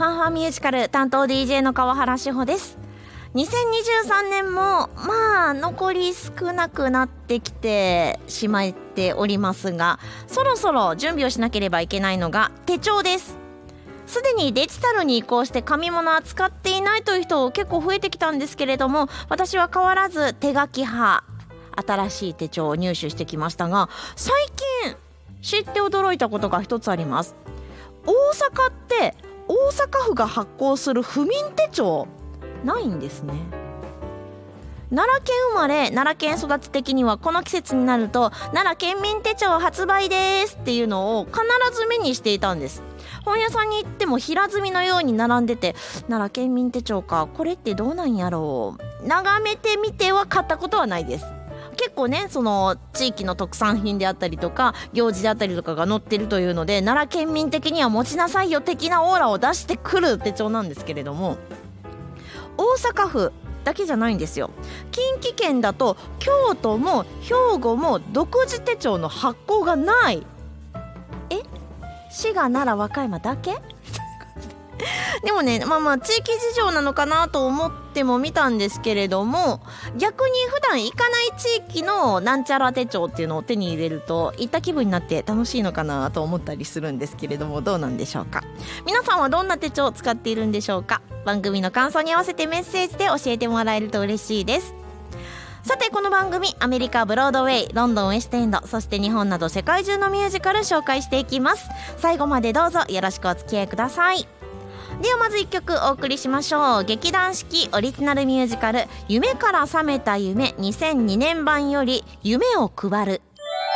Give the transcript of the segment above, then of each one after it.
ファンファンミュージカル担当 DJ の川原志保です。2023年も残り少なくなってきてしまっておりますが、そろそろ準備をしなければいけないのが手帳です。すでにデジタルに移行して紙物は使っていないという人結構増えてきたんですけれども、私は変わらず手書き派、新しい手帳を入手してきましたが、最近知って驚いたことが一つあります。大阪って大阪府が発行する府民手帳ないんですね。奈良県生まれ奈良県育ち的には、この季節になると奈良県民手帳発売ですっていうのを必ず目にしていたんです。本屋さんに行っても平積みのように並んでて、奈良県民手帳か、これってどうなんやろう、眺めてみては買ったことはないです。結構ね、その地域の特産品であったりとか行事であったりとかが載ってるというので、奈良県民的には持ちなさいよ的なオーラを出してくる手帳なんですけれども、大阪府だけじゃないんですよ。近畿圏だと京都も兵庫も独自手帳の発行がない。滋賀、奈良、和歌山だけでもね、地域事情なのかなと思っても見たんですけれども、逆に普段行かない地域のなんちゃら手帳っていうのを手に入れると行った気分になって楽しいのかなと思ったりするんですけれども、どうなんでしょうか。皆さんはどんな手帳を使っているんでしょうか。番組の感想に合わせてメッセージで教えてもらえると嬉しいです。さて、この番組、アメリカブロードウェイ、ロンドンウェストエンド、そして日本など世界中のミュージカル紹介していきます。最後までどうぞよろしくお付き合いください。ではまず1曲お送りしましょう。劇団四季オリジナルミュージカル、夢から覚めた夢2002年版より夢を配る。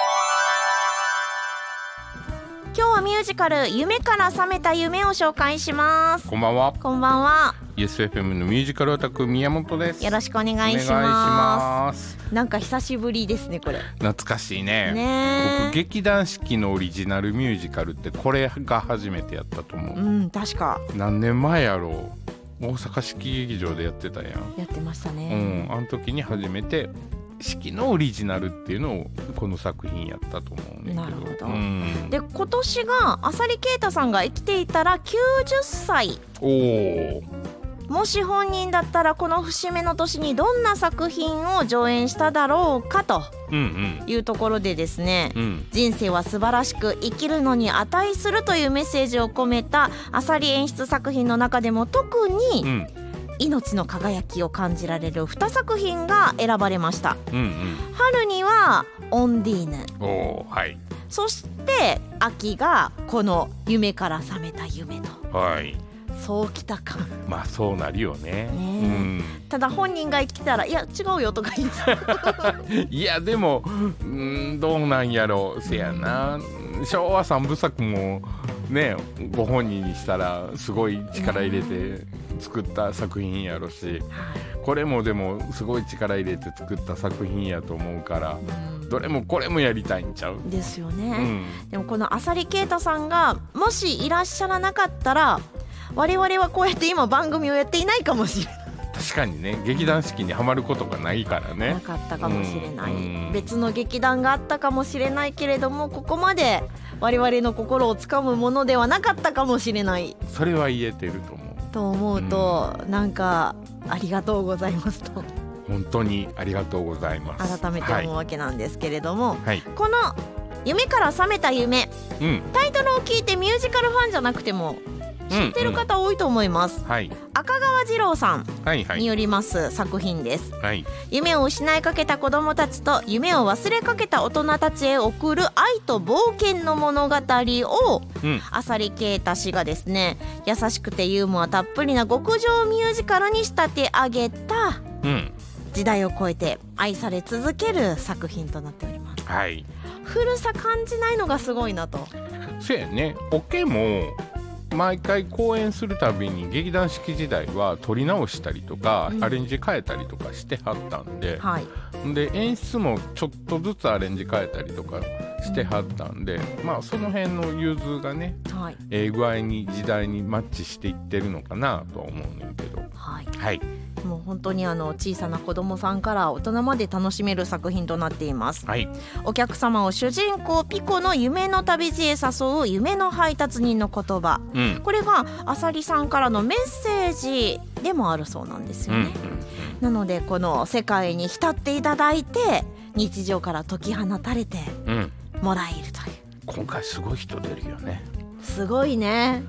今日はミュージカル夢から覚めた夢を紹介します。 こんばんは。 こんばんは。 YesFM のミュージカルオタク宮本です。 よろしくお願いします。なんか久しぶりですね、これ。 懐かしいね。僕劇団四季のオリジナルミュージカルってこれが初めてやったと思う。 確か何年前やろう。大阪四季劇場でやってたやん。 やってましたね。 あの時に初めて四季のオリジナルっていうのをこの作品やったと思うねんけど。 なるほど。で、今年が浅利慶太さんが生きていたら90歳。もし本人だったらこの節目の年にどんな作品を上演しただろうかというところでですね、人生は素晴らしく生きるのに値するというメッセージを込めた浅利演出作品の中でも特に、命の輝きを感じられる2作品が選ばれました。春にはオンディーヌ、そして秋がこの夢から覚めた夢と。そうきたか。 そうなるよね。 ただ本人が生きてたら、いや違うよとか言ういやでもどうなんやろう。せやな、昭和3部作もね、ご本人にしたらすごい力入れて作った作品やろし、これもでもすごい力入れて作った作品やと思うから、どれもこれもやりたいんちゃうですよね。でもこの浅利慶太さんがもしいらっしゃらなかったら、我々はこうやって今番組をやっていないかもしれない。 確かにね、劇団四季にはまることがないからね。 なかったかもしれない、別の劇団があったかもしれないけれども、ここまで我々の心をつかむものではなかったかもしれない。 それは言えてると思うと、なんかありがとうございますと、 本当にありがとうございます。 改めて思うわけなんですけれども、この夢から覚めた夢、タイトルを聞いてミュージカルファンじゃなくても知ってる方多いと思います。赤川次郎さんによります作品です。夢を失いかけた子どもたちと夢を忘れかけた大人たちへ送る愛と冒険の物語を、浅利慶太氏がですね、優しくてユーモアたっぷりな極上ミュージカルに仕立て上げた、時代を超えて愛され続ける作品となっております。古さ感じないのがすごいなと。 そうやね。オケも毎回公演するたびに劇団四季時代は撮り直したりとか、アレンジ変えたりとかしてはったんで、で演出もちょっとずつアレンジ変えたりとかしてはったんで、まあその辺の融通がね、 はい、 具合に時代にマッチしていってるのかなとは思うんだけど、 はい、 はい、 もう本当に小さな子供さんから大人まで楽しめる作品となっています、 はい、 お客様を主人公ピコの夢の旅路へ誘う夢の配達人の言葉、これがあさりさんからのメッセージでもあるそうなんですよね、なのでこの世界に浸っていただいて日常から解き放たれてもらえるという、 今回すごい人出るよね。 すごいね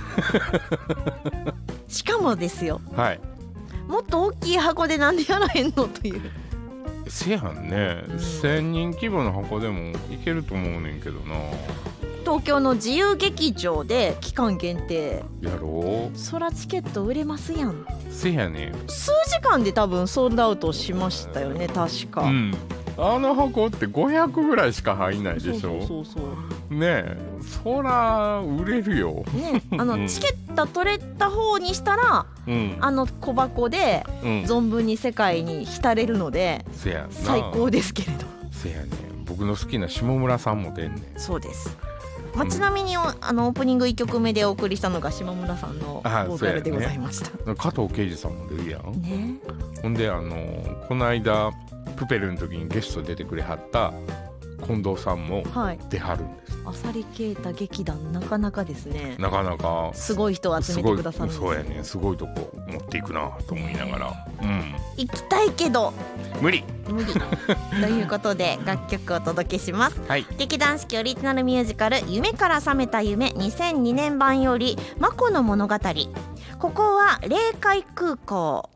しかもですよ、 はい、 もっと大きい箱でなんでやらへんのという。 せやんね、1000人規模の箱でもいけると思うねんけどな。 東京の自由劇場で期間限定やろう。 そらチケット売れますやん。 せやねん、 数時間で多分ソールドアウトしましたよね確か、 あの箱って500ぐらいしか入んないでしょ。そうねえ、そら売れるよ、ね、 チケット取れた方にしたら、小箱で存分に世界に浸れるので、 せやな、 最高ですけれど。 せやねん、僕の好きな下村さんも出んねん。 そうです、ちなみにオープニング1曲目でお送りしたのが島村さんのボーカルでございました、 ね、加藤圭司さんも出るやん、 ね、 ほんでこの間プペルの時にゲスト出てくれはった近藤さんも出はるんです、 あさり啓太劇団なかなかですね。 なかなかすごい人を集めてくださるんです。 そうやね、すごいとこ持っていくなと思いながら、 行きたいけど無理ということで楽曲をお届けします、はい、劇団四季オリジナルミュージカル夢から覚めた夢2002年版よりマコの物語。ここは霊海空港。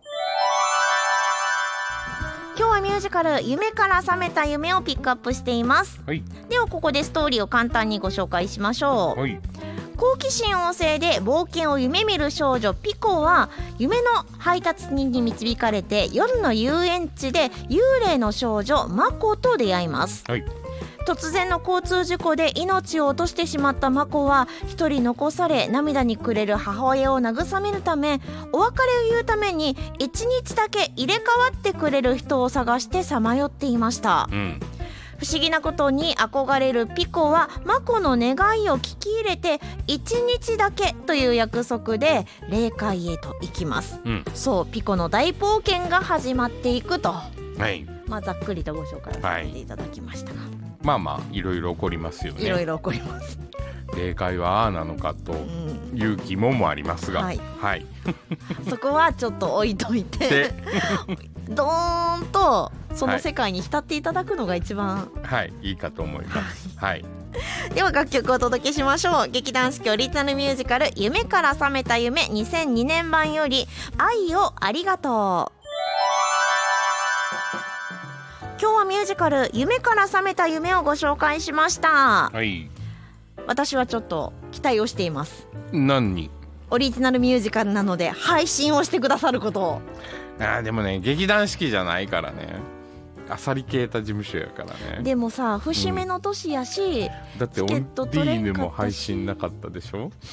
今日はミュージカル夢から覚めた夢をピックアップしています、はい、ではここでストーリーを簡単にご紹介しましょう、はい、好奇心旺盛で冒険を夢見る少女ピコは夢の配達人に導かれて夜の遊園地で幽霊の少女マコと出会います、はい、突然の交通事故で命を落としてしまったマコは一人残され涙に暮れる母親を慰めるためお別れを言うために一日だけ入れ替わってくれる人を探してさまよっていました、不思議なことに憧れるピコはマコの願いを聞き入れて一日だけという約束で霊界へと行きます、そうピコの大冒険が始まっていくと、はい、ざっくりとご紹介させていただきましたが、 いろいろ起こりますよね。 いろいろ起こります。 霊界はああなのかという疑問もありますが、はいそこはちょっと置いといてドーンとその世界に浸っていただくのが一番、 いいかと思います、 では楽曲をお届けしましょう。劇団四季オリジナルミュージカル夢から覚めた夢2002年版より愛をありがとう。今日はミュージカル夢から覚めた夢をご紹介しました、私はちょっと期待をしています。 何に？ オリジナルミュージカルなので配信をしてくださることを。 でもね、劇団四季じゃないからね、あさり啓太事務所やからね。 でもさ、節目の年やし、 だってオンディーヌも配信なかったでしょ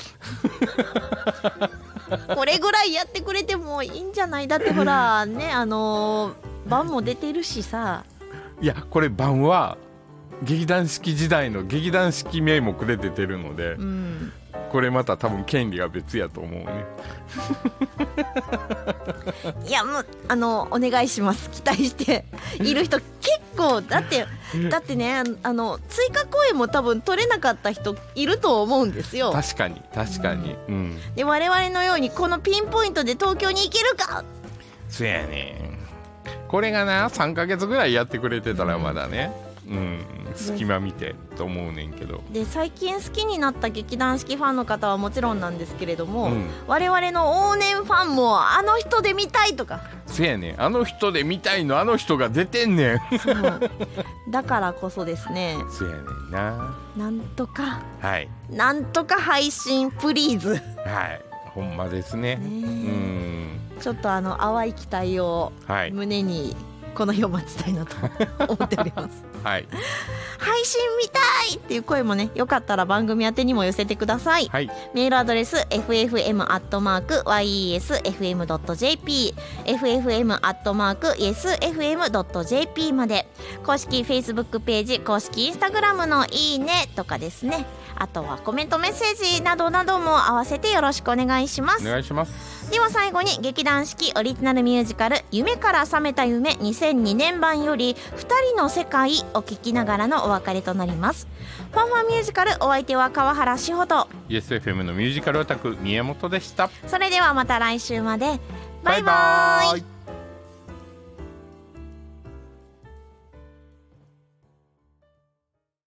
これぐらいやってくれてもいいんじゃない？だってほらね、版も出てるしさ。 いや、これ版は劇団四季時代の劇団四季名目で出てるので、これまた多分権利は別やと思うねいや、もうお願いします。期待している人結構だってね、追加公演も多分取れなかった人いると思うんですよ。 確かに、 で我々のようにこのピンポイントで東京に行けるか。 そうやね、これがな3ヶ月ぐらいやってくれてたらまだね、隙間見てと思うねんけど。で最近好きになった劇団四季ファンの方はもちろんなんですけれども、我々の往年ファンもあの人で見たいとか。 そうやね、あの人で見たいのあの人が出てんねんそうだからこそですね、 そうやねんな、 なんとか配信プリーズ。 ほんまですね。 ちょっと淡い期待を胸にこの日を待ちたいなと思っておりますはい配信見たいっていう声もね、よかったら番組宛てにも寄せてください、 はい、 メールアドレス ffm@yesfm.jp ffm@yesfm.jp まで、公式 Facebook ページ、公式 Instagram のいいねとかですね、あとはコメントメッセージなどなども合わせてよろしくお願いします。 お願いします。 では最後に劇団四季オリジナルミュージカル夢から覚めた夢2002年版より2人の世界を聞きながらのお別れとなります。ファンファンミュージカル、お相手は川原志穂と YesFM のミュージカルオタク宮本でした。 それではまた来週まで。バイバイ。